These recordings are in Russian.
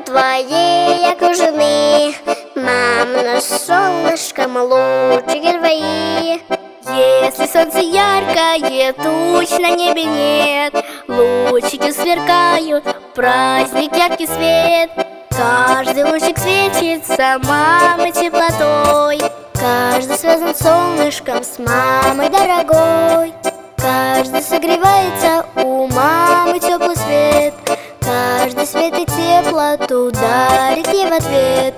твоей окружены, мамино солнышком лучики твои. Если солнце яркое, туч на небе нет, лучики сверкают, праздник, яркий свет. Каждый лучик светится мамой теплотой, каждый связан солнышком с мамой дорогой. Каждый согревается, у мамы теплый свет, каждый свет и теплоту дарит ей в ответ.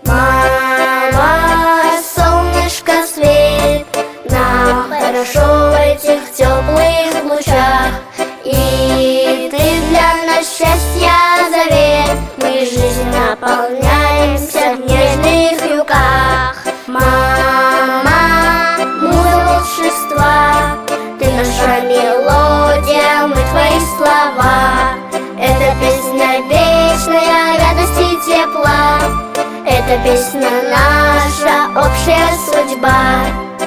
Мама, солнышко, свет, нам хорошо в этих теплых лучах, и ты для нас счастья завет. Мы жизнь наполняемся в нежных югах. Мама, муза волшебства, ты наша мелодия, мы твои слова. Это песня вечная радости и тепла, это песня наша общая судьба.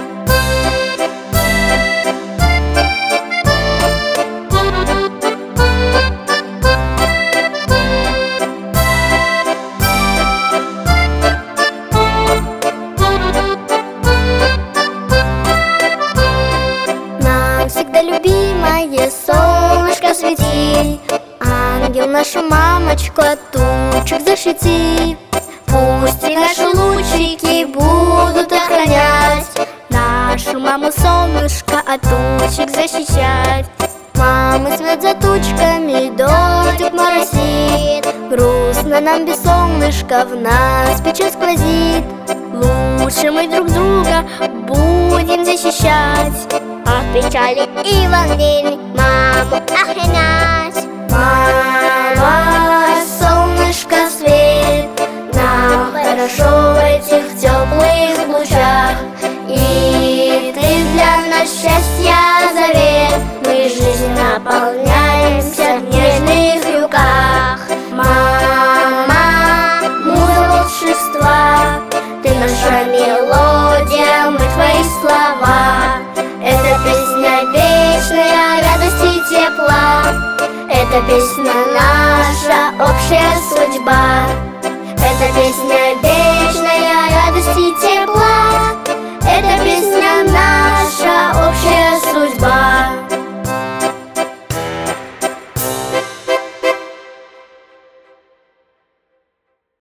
Всегда любимое солнышко свети, ангел нашу мамочку от тучек защити. Пусть и наши лучики будут охранять, нашу маму солнышко от тучек защищать. Мамы свет за тучками, дождик моросит, грустно нам без солнышка, в нас печаль сквозит. Лучше мы друг друга будем защищать от печали и волнений, маму охранять. Мама, солнышко, свет, нам хорошо в этих теплых лучах, и ты для нас счастья завет. Мы жизнь наполняемся в нежных югах. Мама, муза волшебства, ты наша мелодия, мы твои слова. Это песня вечная радости и тепла, это песня наша общая судьба. Это песня